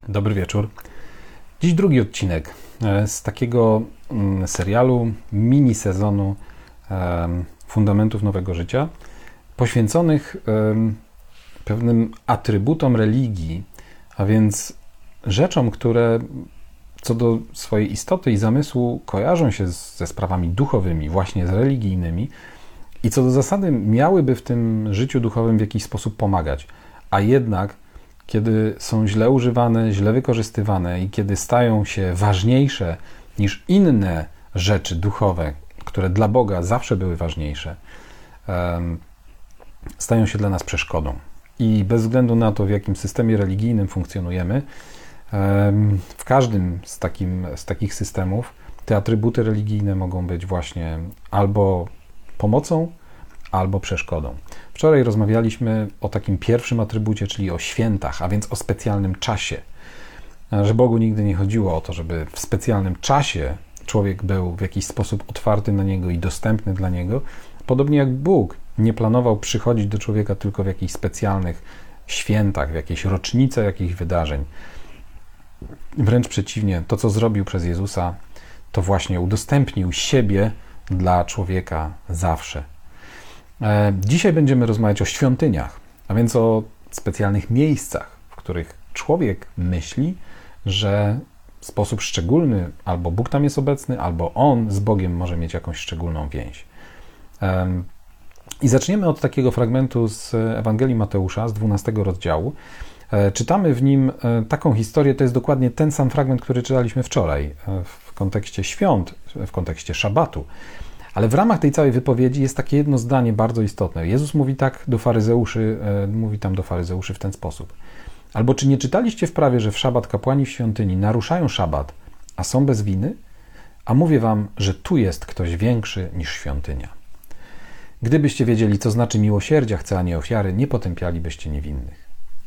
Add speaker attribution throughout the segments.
Speaker 1: Dobry wieczór. Dziś drugi odcinek z takiego serialu, mini sezonu Fundamentów Nowego Życia, poświęconych pewnym atrybutom religii, a więc rzeczom, które co do swojej istoty i zamysłu kojarzą się ze sprawami duchowymi, właśnie z religijnymi i co do zasady miałyby w tym życiu duchowym w jakiś sposób pomagać, a jednak kiedy są źle używane, źle wykorzystywane i kiedy stają się ważniejsze niż inne rzeczy duchowe, które dla Boga zawsze były ważniejsze, stają się dla nas przeszkodą. I bez względu na to, w jakim systemie religijnym funkcjonujemy, w każdym z takich systemów te atrybuty religijne mogą być właśnie albo pomocą, albo przeszkodą. Wczoraj rozmawialiśmy o takim pierwszym atrybucie, czyli o świętach, a więc o specjalnym czasie. Że Bogu nigdy nie chodziło o to, żeby w specjalnym czasie człowiek był w jakiś sposób otwarty na Niego i dostępny dla Niego. Podobnie jak Bóg nie planował przychodzić do człowieka tylko w jakichś specjalnych świętach, w jakiejś rocznice jakichś wydarzeń. Wręcz przeciwnie, to co zrobił przez Jezusa, to właśnie udostępnił siebie dla człowieka zawsze. Dzisiaj będziemy rozmawiać o świątyniach, a więc o specjalnych miejscach, w których człowiek myśli, że w sposób szczególny albo Bóg tam jest obecny, albo on z Bogiem może mieć jakąś szczególną więź. I zaczniemy od takiego fragmentu z Ewangelii Mateusza, z 12 rozdziału. Czytamy w nim taką historię, to jest dokładnie ten sam fragment, który czytaliśmy wczoraj w kontekście świąt, w kontekście szabatu. Ale w ramach tej całej wypowiedzi jest takie jedno zdanie bardzo istotne. Jezus mówi tak do faryzeuszy, mówi tam do faryzeuszy w ten sposób. Albo czy nie czytaliście w prawie, że w szabat kapłani w świątyni naruszają szabat, a są bez winy? A mówię wam, że tu jest ktoś większy niż świątynia. Gdybyście wiedzieli, co znaczy miłosierdzia chce, a nie ofiary, nie potępialibyście niewinnych.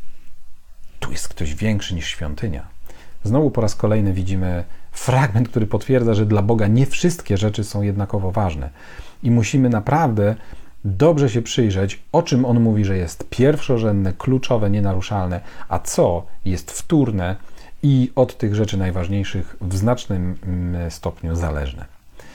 Speaker 1: Tu jest ktoś większy niż świątynia. Znowu po raz kolejny widzimy fragment, który potwierdza, że dla Boga nie wszystkie rzeczy są jednakowo ważne. I musimy naprawdę dobrze się przyjrzeć, o czym On mówi, że jest pierwszorzędne, kluczowe, nienaruszalne, a co jest wtórne i od tych rzeczy najważniejszych w znacznym stopniu zależne.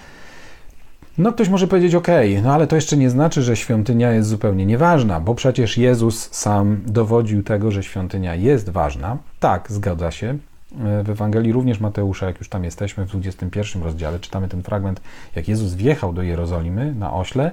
Speaker 1: No ktoś może powiedzieć, no ale to jeszcze nie znaczy, że świątynia jest zupełnie nieważna, bo przecież Jezus sam dowodził tego, że świątynia jest ważna. Tak, zgadza się. W Ewangelii również Mateusza, jak już tam jesteśmy, w 21 rozdziale, czytamy ten fragment, jak Jezus wjechał do Jerozolimy na ośle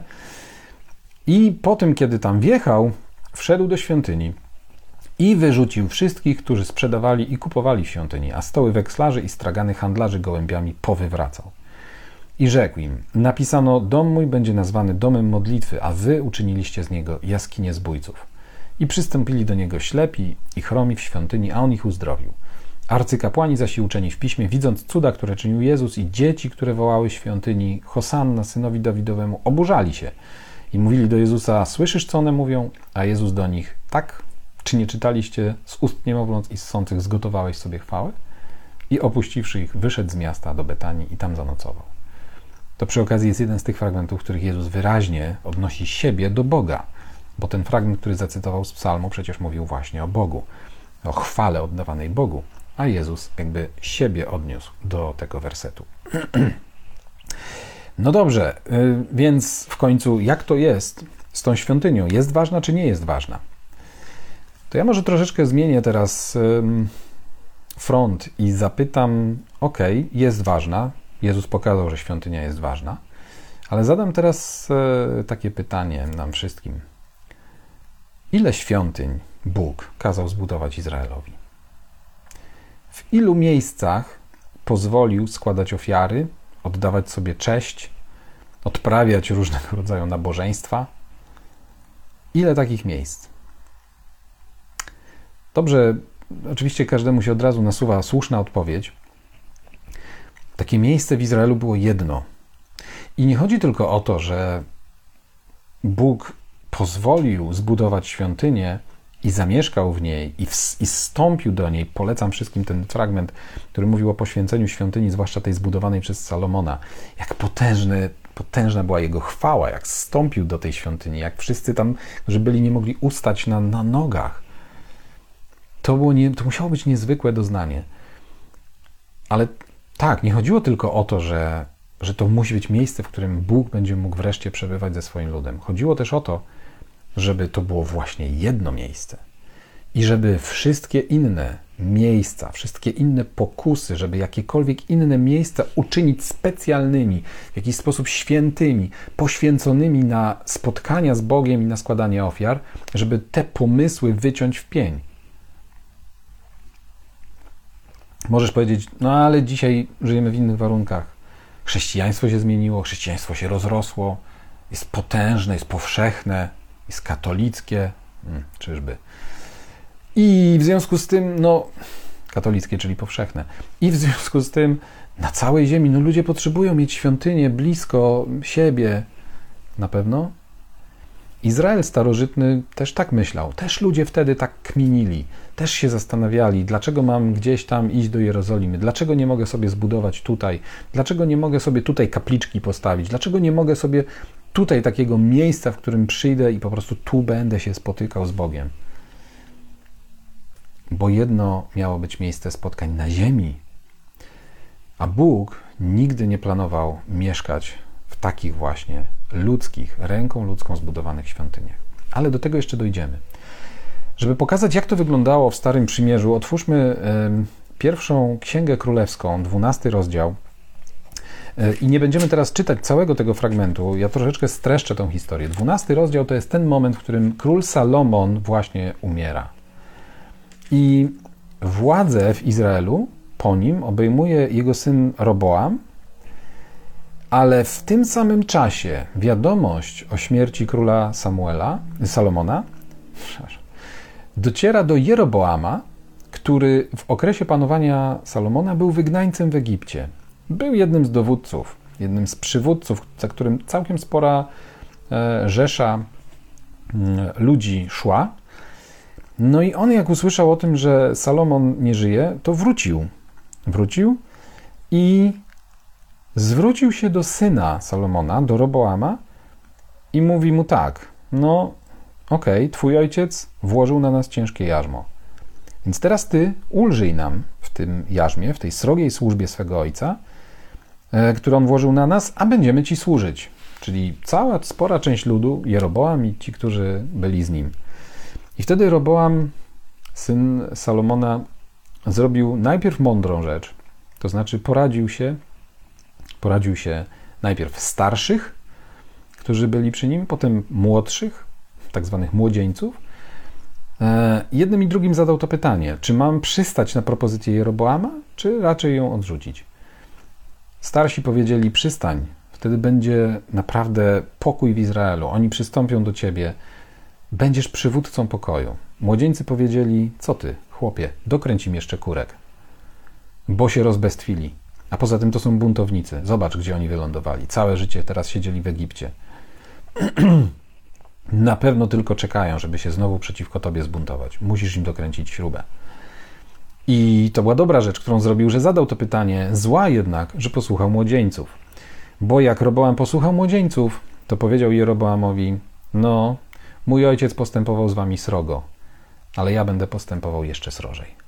Speaker 1: i po tym, kiedy tam wjechał, wszedł do świątyni i wyrzucił wszystkich, którzy sprzedawali i kupowali w świątyni, a stoły wekslarzy i stragany handlarzy gołębiami powywracał. I rzekł im, napisano, dom mój będzie nazwany domem modlitwy, a wy uczyniliście z niego jaskinię zbójców. I przystąpili do niego ślepi i chromi w świątyni, a on ich uzdrowił. Arcykapłani zaś i uczeni w piśmie, widząc cuda, które czynił Jezus i dzieci, które wołały w świątyni, Hosanna synowi Dawidowemu, oburzali się i mówili do Jezusa, słyszysz, co one mówią? A Jezus do nich, tak? Czy nie czytaliście, z ust niemowląt i ssących zgotowałeś sobie chwałę? I opuściwszy ich, wyszedł z miasta do Betanii i tam zanocował. To przy okazji jest jeden z tych fragmentów, w których Jezus wyraźnie odnosi siebie do Boga, bo ten fragment, który zacytował z psalmu, przecież mówił właśnie o Bogu, o chwale oddawanej Bogu, a Jezus jakby siebie odniósł do tego wersetu. No dobrze, więc w końcu jak to jest z tą świątynią? Jest ważna czy nie jest ważna? To ja może troszeczkę zmienię teraz front i zapytam, jest ważna, Jezus pokazał, że świątynia jest ważna, ale zadam teraz takie pytanie nam wszystkim. Ile świątyń Bóg kazał zbudować Izraelowi? W ilu miejscach pozwolił składać ofiary, oddawać sobie cześć, odprawiać różnego rodzaju nabożeństwa? Ile takich miejsc? Dobrze, oczywiście każdemu się od razu nasuwa słuszna odpowiedź. Takie miejsce w Izraelu było jedno. I nie chodzi tylko o to, że Bóg pozwolił zbudować świątynię i zamieszkał w niej i wstąpił do niej. Polecam wszystkim ten fragment, który mówił o poświęceniu świątyni, zwłaszcza tej zbudowanej przez Salomona. Jak potężna była jego chwała, jak wstąpił do tej świątyni, jak wszyscy tam, którzy byli, nie mogli ustać na nogach. To musiało być niezwykłe doznanie. Ale tak, nie chodziło tylko o to, że to musi być miejsce, w którym Bóg będzie mógł wreszcie przebywać ze swoim ludem. Chodziło też o to, żeby to było właśnie jedno miejsce. I żeby wszystkie inne miejsca, wszystkie inne pokusy, żeby jakiekolwiek inne miejsca uczynić specjalnymi, w jakiś sposób świętymi, poświęconymi na spotkania z Bogiem i na składanie ofiar, żeby te pomysły wyciąć w pień. Możesz powiedzieć, no ale dzisiaj żyjemy w innych warunkach. Chrześcijaństwo się zmieniło, chrześcijaństwo się rozrosło, jest potężne, jest powszechne, jest katolickie. Czyżby? I w związku z tym, katolickie, czyli powszechne. I w związku z tym na całej ziemi, ludzie potrzebują mieć świątynię blisko siebie. Na pewno? Izrael starożytny też tak myślał. Też ludzie wtedy tak kminili. Też się zastanawiali, dlaczego mam gdzieś tam iść do Jerozolimy? Dlaczego nie mogę sobie zbudować tutaj? Dlaczego nie mogę sobie tutaj kapliczki postawić? Dlaczego nie mogę sobie tutaj takiego miejsca, w którym przyjdę i po prostu tu będę się spotykał z Bogiem? Bo jedno miało być miejsce spotkań na ziemi, a Bóg nigdy nie planował mieszkać w takich właśnie ludzkich, ręką ludzką zbudowanych świątyniach. Ale do tego jeszcze dojdziemy. Żeby pokazać, jak to wyglądało w Starym Przymierzu, otwórzmy pierwszą Księgę Królewską, 12 rozdział. I nie będziemy teraz czytać całego tego fragmentu, ja troszeczkę streszczę tą historię. 12 rozdział to jest ten moment, w którym król Salomon właśnie umiera. I władzę w Izraelu po nim obejmuje jego syn Roboam, ale w tym samym czasie wiadomość o śmierci króla Salomona dociera do Jeroboama, który w okresie panowania Salomona był wygnańcem w Egipcie. Był jednym z dowódców, jednym z przywódców, za którym całkiem spora rzesza ludzi szła. No i on, jak usłyszał o tym, że Salomon nie żyje, to wrócił. Wrócił i zwrócił się do syna Salomona, do Roboama i mówi mu tak, twój ojciec włożył na nas ciężkie jarzmo. Więc teraz ty ulżyj nam w tym jarzmie, w tej srogiej służbie swego ojca, którą on włożył na nas, a będziemy ci służyć. Czyli cała spora część ludu, Jeroboam i ci, którzy byli z nim. I wtedy Roboam, syn Salomona, zrobił najpierw mądrą rzecz, to znaczy poradził się najpierw starszych, którzy byli przy nim, potem młodszych, tak zwanych młodzieńców. Jednym i drugim zadał to pytanie, czy mam przystać na propozycję Jeroboama, czy raczej ją odrzucić? Starsi powiedzieli, przystań, wtedy będzie naprawdę pokój w Izraelu, oni przystąpią do ciebie, będziesz przywódcą pokoju. Młodzieńcy powiedzieli, co ty, chłopie, dokręć im jeszcze kurek, bo się rozbestwili. A poza tym to są buntownicy. Zobacz, gdzie oni wylądowali. Całe życie teraz siedzieli w Egipcie. Na pewno tylko czekają, żeby się znowu przeciwko tobie zbuntować. Musisz im dokręcić śrubę. I to była dobra rzecz, którą zrobił, że zadał to pytanie. Zła jednak, że posłuchał młodzieńców. Bo jak Roboam posłuchał młodzieńców, to powiedział Jeroboamowi, mój ojciec postępował z wami srogo, ale ja będę postępował jeszcze srożej.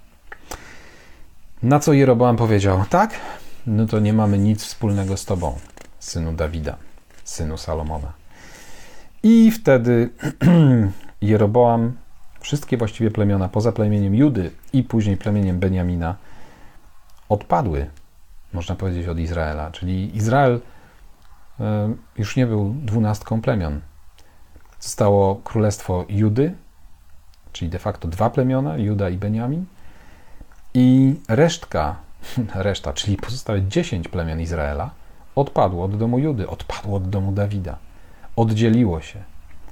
Speaker 1: Na co Jeroboam powiedział, tak? To nie mamy nic wspólnego z tobą, synu Dawida, synu Salomona. I wtedy Jeroboam, wszystkie właściwie plemiona, poza plemieniem Judy i później plemieniem Beniamina, odpadły, można powiedzieć, od Izraela. Czyli Izrael już nie był 12 plemion. Zostało królestwo Judy, czyli de facto 2 plemiona, Juda i Beniamin, i reszta, czyli pozostałe 10 plemion Izraela, odpadło od domu Judy, odpadło od domu Dawida. Oddzieliło się.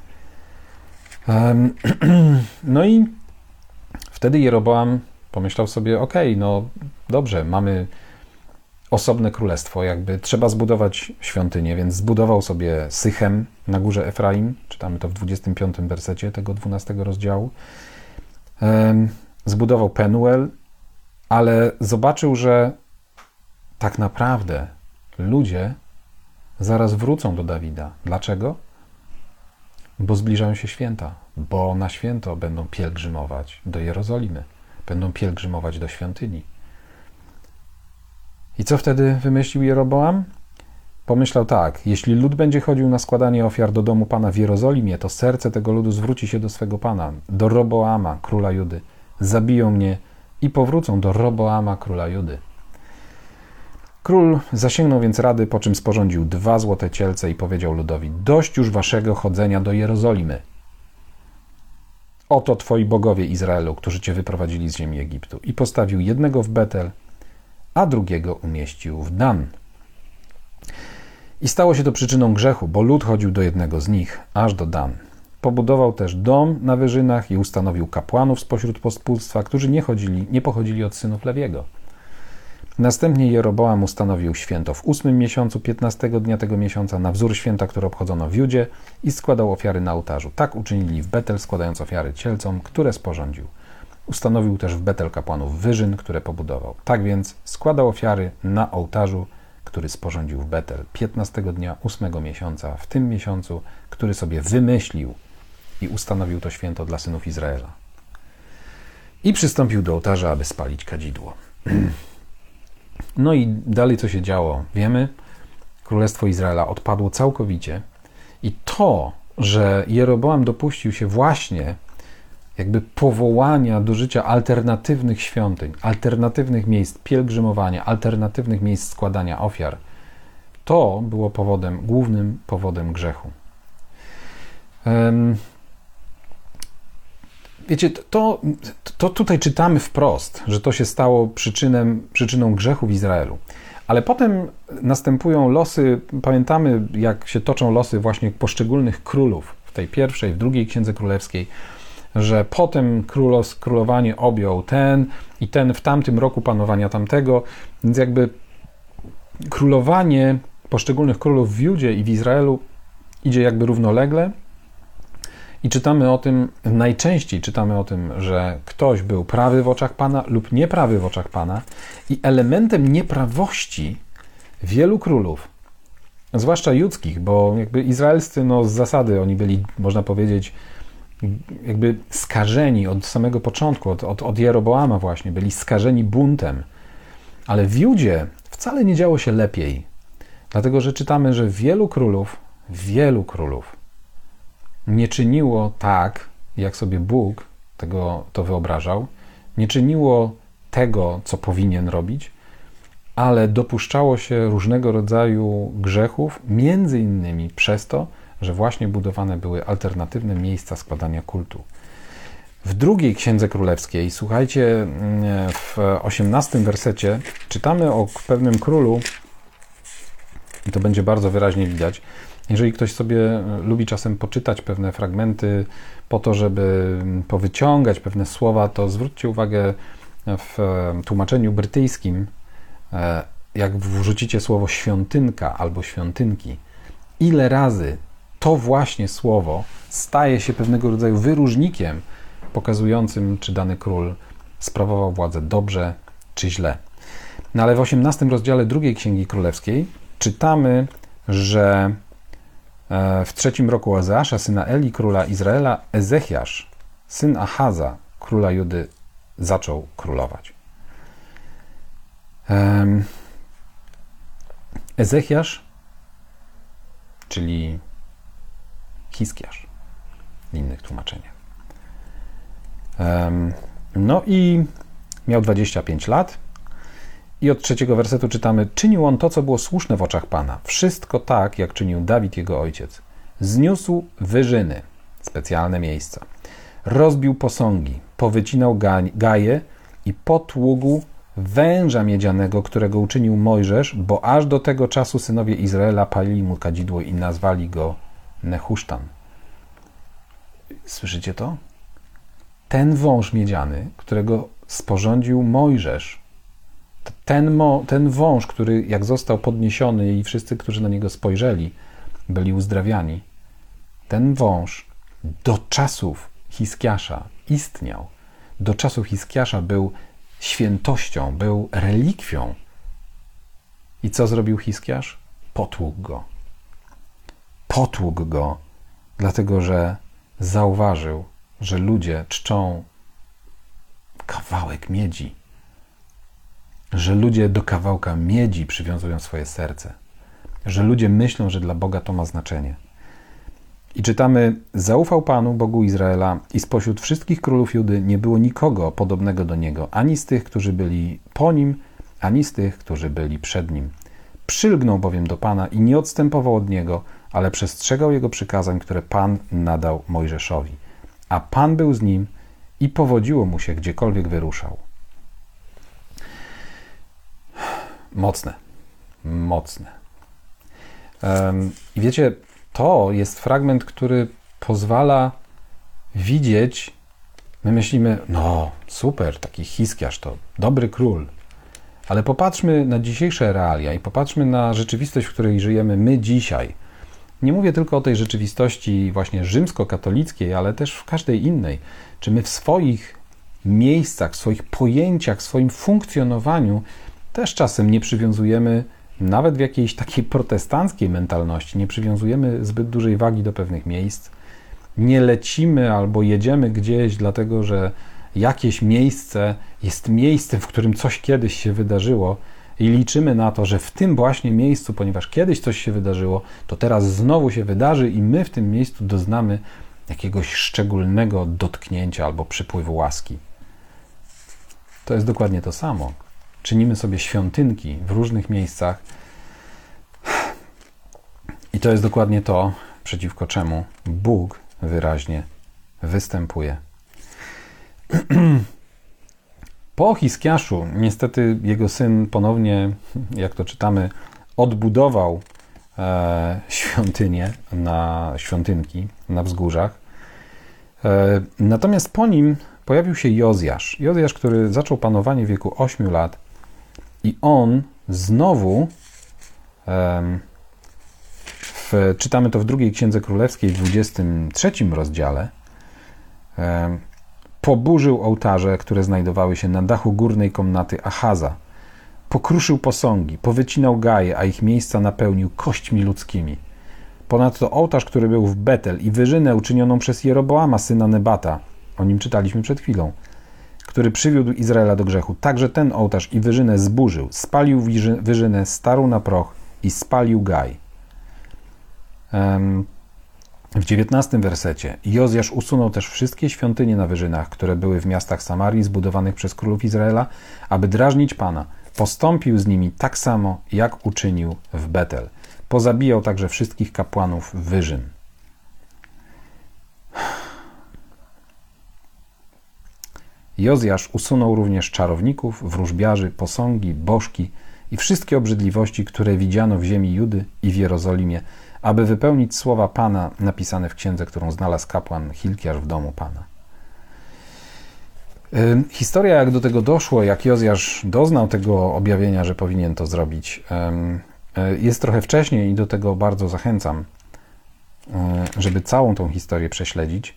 Speaker 1: No i wtedy Jeroboam pomyślał sobie, dobrze, mamy osobne królestwo, jakby trzeba zbudować świątynię, więc zbudował sobie Sychem na górze Efraim, czytamy to w 25 wersecie tego 12 rozdziału. Zbudował Penuel, ale zobaczył, że tak naprawdę ludzie zaraz wrócą do Dawida. Dlaczego? Bo zbliżają się święta, bo na święto będą pielgrzymować do Jerozolimy, będą pielgrzymować do świątyni. I co wtedy wymyślił Jeroboam? Pomyślał tak: jeśli lud będzie chodził na składanie ofiar do domu Pana w Jerozolimie, to serce tego ludu zwróci się do swego Pana, do Roboama, króla Judy. Zabiją mnie i powrócą do Roboama, króla Judy. Król zasięgnął więc rady, po czym sporządził 2 złote cielce i powiedział ludowi: dość już waszego chodzenia do Jerozolimy. Oto twoi bogowie Izraelu, którzy cię wyprowadzili z ziemi Egiptu. I postawił jednego w Betel, a drugiego umieścił w Dan. I stało się to przyczyną grzechu, bo lud chodził do jednego z nich, aż do Dan. Pobudował też dom na wyżynach i ustanowił kapłanów spośród pospólstwa, którzy nie pochodzili od synów Lewiego. Następnie Jeroboam ustanowił święto w 8 miesiącu, 15 dnia tego miesiąca, na wzór święta, które obchodzono w Judzie, i składał ofiary na ołtarzu. Tak uczynili w Betel, składając ofiary cielcom, które sporządził. Ustanowił też w Betel kapłanów wyżyn, które pobudował. Tak więc składał ofiary na ołtarzu, który sporządził w Betel 15 dnia 8 miesiąca, w tym miesiącu, który sobie wymyślił, i ustanowił to święto dla synów Izraela. I przystąpił do ołtarza, aby spalić kadzidło. No i dalej co się działo? Wiemy, Królestwo Izraela odpadło całkowicie i to, że Jeroboam dopuścił się właśnie jakby powołania do życia alternatywnych świątyń, alternatywnych miejsc pielgrzymowania, alternatywnych miejsc składania ofiar, to było głównym powodem grzechu. Wiecie, to tutaj czytamy wprost, że to się stało przyczyną grzechu w Izraelu. Ale potem następują losy, pamiętamy, jak się toczą losy właśnie poszczególnych królów w tej pierwszej, w drugiej Księdze Królewskiej, że potem królowanie objął ten i ten w tamtym roku panowania tamtego, więc jakby królowanie poszczególnych królów w Judzie i w Izraelu idzie jakby równolegle. I najczęściej czytamy o tym, że ktoś był prawy w oczach Pana lub nieprawy w oczach Pana, i elementem nieprawości wielu królów, zwłaszcza judzkich, bo jakby izraelscy, z zasady oni byli, można powiedzieć, jakby skażeni od samego początku, od Jeroboama właśnie, byli skażeni buntem. Ale w Judzie wcale nie działo się lepiej, dlatego że czytamy, że wielu królów nie czyniło tak, jak sobie Bóg to wyobrażał, nie czyniło tego, co powinien robić, ale dopuszczało się różnego rodzaju grzechów, między innymi przez to, że właśnie budowane były alternatywne miejsca składania kultu. W drugiej Księdze Królewskiej, słuchajcie, w 18 wersecie czytamy o pewnym królu, i to będzie bardzo wyraźnie widać. Jeżeli ktoś sobie lubi czasem poczytać pewne fragmenty po to, żeby powyciągać pewne słowa, to zwróćcie uwagę w tłumaczeniu brytyjskim, jak wrzucicie słowo świątynka albo świątynki, ile razy to właśnie słowo staje się pewnego rodzaju wyróżnikiem pokazującym, czy dany król sprawował władzę dobrze, czy źle. No ale w 18 rozdziale drugiej Księgi Królewskiej czytamy, że w 3 roku Ozeasza, syna Eli, króla Izraela, Ezechiasz, syn Achaza, króla Judy, zaczął królować. Ezechiasz, czyli Hiskiasz w innych tłumaczeniach. No i miał 25 lat i od 3 wersetu czytamy: czynił on to, co było słuszne w oczach Pana. Wszystko tak, jak czynił Dawid, jego ojciec. Zniósł wyżyny, specjalne miejsca. Rozbił posągi, powycinał gaje i potługł węża miedzianego, którego uczynił Mojżesz, bo aż do tego czasu synowie Izraela palili mu kadzidło i nazwali go Nehusztan. Słyszycie to? Ten wąż miedziany, którego sporządził Mojżesz, ten wąż, który jak został podniesiony i wszyscy, którzy na niego spojrzeli, byli uzdrawiani, ten wąż do czasów Hiskiasza istniał. Do czasów Hiskiasza był świętością, był relikwią. I co zrobił Hiskiasz? Potłukł go. Potłukł go, dlatego że zauważył, że ludzie czczą kawałek miedzi, że ludzie do kawałka miedzi przywiązują swoje serce, że ludzie myślą, że dla Boga to ma znaczenie. I czytamy: zaufał Panu, Bogu Izraela, i spośród wszystkich królów Judy nie było nikogo podobnego do Niego, ani z tych, którzy byli po Nim, ani z tych, którzy byli przed Nim. Przylgnął bowiem do Pana i nie odstępował od Niego, ale przestrzegał Jego przykazań, które Pan nadał Mojżeszowi. A Pan był z nim i powodziło mu się, gdziekolwiek wyruszał. Mocne. I wiecie, to jest fragment, który pozwala widzieć, my myślimy, no super, taki Hiskiarz to dobry król, ale popatrzmy na dzisiejsze realia i popatrzmy na rzeczywistość, w której żyjemy my dzisiaj. Nie mówię tylko o tej rzeczywistości właśnie rzymskokatolickiej, ale też w każdej innej. Czy my w swoich miejscach, w swoich pojęciach, w swoim funkcjonowaniu też czasem nie przywiązujemy, nawet w jakiejś takiej protestanckiej mentalności, nie przywiązujemy zbyt dużej wagi do pewnych miejsc, nie lecimy albo jedziemy gdzieś, dlatego że jakieś miejsce jest miejscem, w którym coś kiedyś się wydarzyło i liczymy na to, że w tym właśnie miejscu, ponieważ kiedyś coś się wydarzyło, to teraz znowu się wydarzy i my w tym miejscu doznamy jakiegoś szczególnego dotknięcia albo przypływu łaski. To jest dokładnie to samo. Czynimy sobie świątynki w różnych miejscach i to jest dokładnie to, przeciwko czemu Bóg wyraźnie występuje. Po Hiskiaszu niestety jego syn ponownie, jak to czytamy, odbudował świątynki na wzgórzach. Natomiast po nim pojawił się Jozjasz. Jozjasz, który zaczął panowanie w wieku 8 lat i on znowu, czytamy to w drugiej Księdze Królewskiej, w 23 rozdziale, poburzył ołtarze, które znajdowały się na dachu górnej komnaty Achaza. Pokruszył posągi, powycinał gaje, a ich miejsca napełnił kośćmi ludzkimi. Ponadto ołtarz, który był w Betel i wyżynę uczynioną przez Jeroboama, syna Nebata, o nim czytaliśmy przed chwilą, który przywiódł Izraela do grzechu. Także ten ołtarz i wyżynę zburzył, spalił wyżynę, starł na proch i spalił gaj. W 19 wersecie Jozjasz usunął też wszystkie świątynie na wyżynach, które były w miastach Samarii zbudowanych przez królów Izraela, aby drażnić Pana. Postąpił z nimi tak samo, jak uczynił w Betel. Pozabijał także wszystkich kapłanów wyżyn. Jozjasz usunął również czarowników, wróżbiarzy, posągi, bożki i wszystkie obrzydliwości, które widziano w ziemi Judy i w Jerozolimie, aby wypełnić słowa Pana napisane w księdze, którą znalazł kapłan Hilkiasz w domu Pana. Historia, jak do tego doszło, jak Jozjasz doznał tego objawienia, że powinien to zrobić, jest trochę wcześniej i do tego bardzo zachęcam, żeby całą tą historię prześledzić.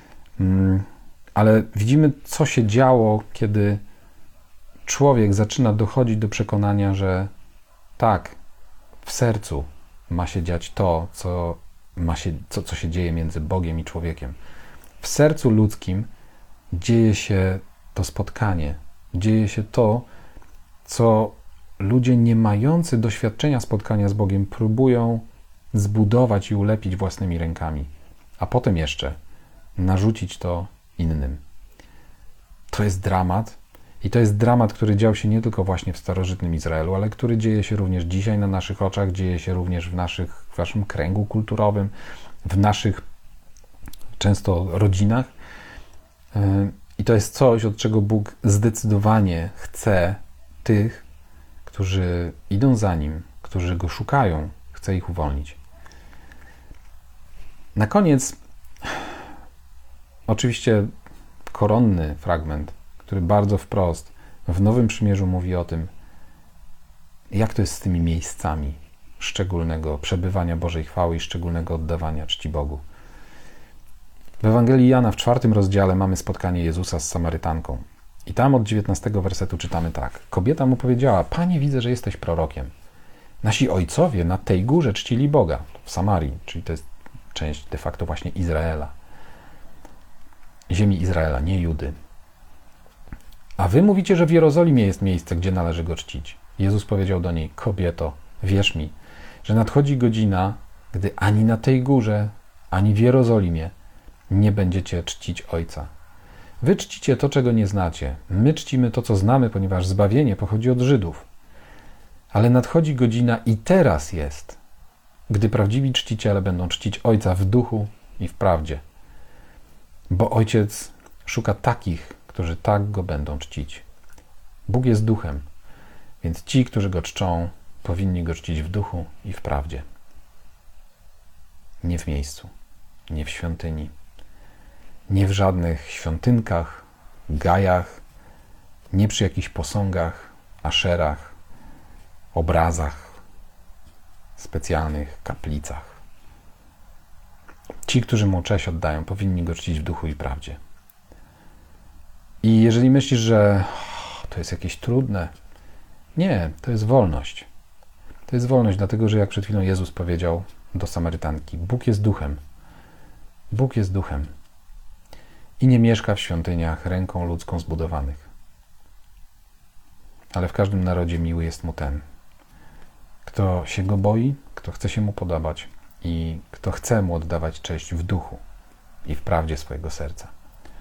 Speaker 1: Ale widzimy, co się działo, kiedy człowiek zaczyna dochodzić do przekonania, że tak, w sercu ma się dziać to, co się dzieje między Bogiem i człowiekiem. W sercu ludzkim dzieje się to spotkanie, dzieje się to, co ludzie nie mający doświadczenia spotkania z Bogiem próbują zbudować i ulepić własnymi rękami, a potem jeszcze narzucić to innym. To jest dramat i to jest dramat, który dział się nie tylko właśnie w starożytnym Izraelu, ale który dzieje się również dzisiaj na naszych oczach, dzieje się również w naszym kręgu kulturowym, w naszych często rodzinach. I to jest coś, od czego Bóg zdecydowanie chce tych, którzy idą za Nim, którzy Go szukają, chce ich uwolnić. Na koniec oczywiście koronny fragment, który bardzo wprost w Nowym Przymierzu mówi o tym, jak to jest z tymi miejscami szczególnego przebywania Bożej chwały i szczególnego oddawania czci Bogu. W Ewangelii Jana w 4 rozdziale mamy spotkanie Jezusa z Samarytanką. I tam od 19 wersetu czytamy tak. Kobieta mu powiedziała: Panie, widzę, że jesteś prorokiem. Nasi ojcowie na tej górze czcili Boga, w Samarii, czyli to jest część de facto właśnie Izraela. ziemi Izraela, nie Judy. A wy mówicie, że w Jerozolimie jest miejsce, gdzie należy go czcić. Jezus powiedział do niej: kobieto, wierz mi, że nadchodzi godzina, gdy ani na tej górze, ani w Jerozolimie nie będziecie czcić Ojca. Wy czcicie to, czego nie znacie. My czcimy to, co znamy, ponieważ zbawienie pochodzi od Żydów. Ale nadchodzi godzina i teraz jest, gdy prawdziwi czciciele będą czcić Ojca w duchu i w prawdzie. Bo Ojciec szuka takich, którzy tak Go będą czcić. Bóg jest duchem, więc ci, którzy Go czczą, powinni Go czcić w duchu i w prawdzie. Nie w miejscu, nie w świątyni, nie w żadnych świątynkach, gajach, nie przy jakichś posągach, aszerach, obrazach, specjalnych kaplicach. Ci, którzy Mu cześć oddają, powinni Go czcić w duchu i prawdzie. I jeżeli myślisz, że to jest jakieś trudne, nie, to jest wolność. To jest wolność, dlatego że jak przed chwilą Jezus powiedział do Samarytanki, Bóg jest duchem. Bóg jest duchem. I nie mieszka w świątyniach ręką ludzką zbudowanych. Ale w każdym narodzie miły jest Mu ten, kto się Go boi, kto chce się Mu podobać i kto chce Mu oddawać cześć w duchu i w prawdzie swojego serca.